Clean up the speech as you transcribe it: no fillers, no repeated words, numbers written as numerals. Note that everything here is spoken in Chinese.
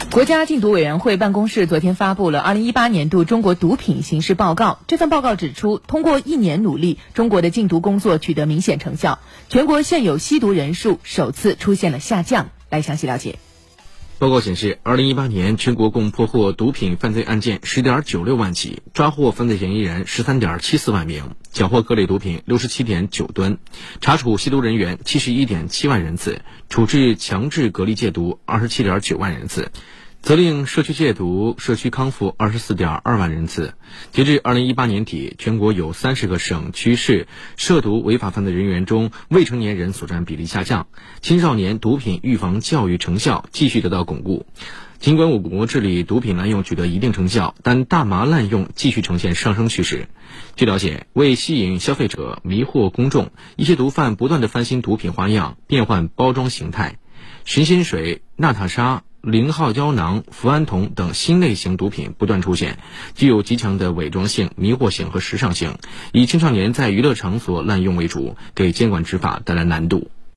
国家禁毒委员会办公室昨天发布了2018年度中国毒品形势报告。这份报告指出，通过1年努力，中国的禁毒工作取得明显成效，全国现有吸毒人数首次出现了下降。来详细了解。 报告显示，2018年全国共破获毒品犯罪案件10.96万起，抓获犯罪嫌疑人13.74万名，缴获各类毒品67.9吨，查处吸毒人员71.7万人次，处置强制隔离戒毒27.9万人次，责令社区戒毒、社区康复24.2万人次。截至2018年底，全国有30个省区市涉毒违法犯罪人员中，未成年人所占比例下降，青少年毒品预防教育成效继续得到巩固。尽管我国治理毒品滥用取得一定成效，但大麻滥用继续呈现上升趋势。据了解，为吸引消费者、迷惑公众，一些毒贩不断地翻新毒品花样，变换包装形态，神仙水、娜塔莎、0号胶囊、福安酮等新类型毒品不断出现，具有极强的伪装性、迷惑性和时尚性，以青少年在娱乐场所滥用为主，给监管执法带来难度。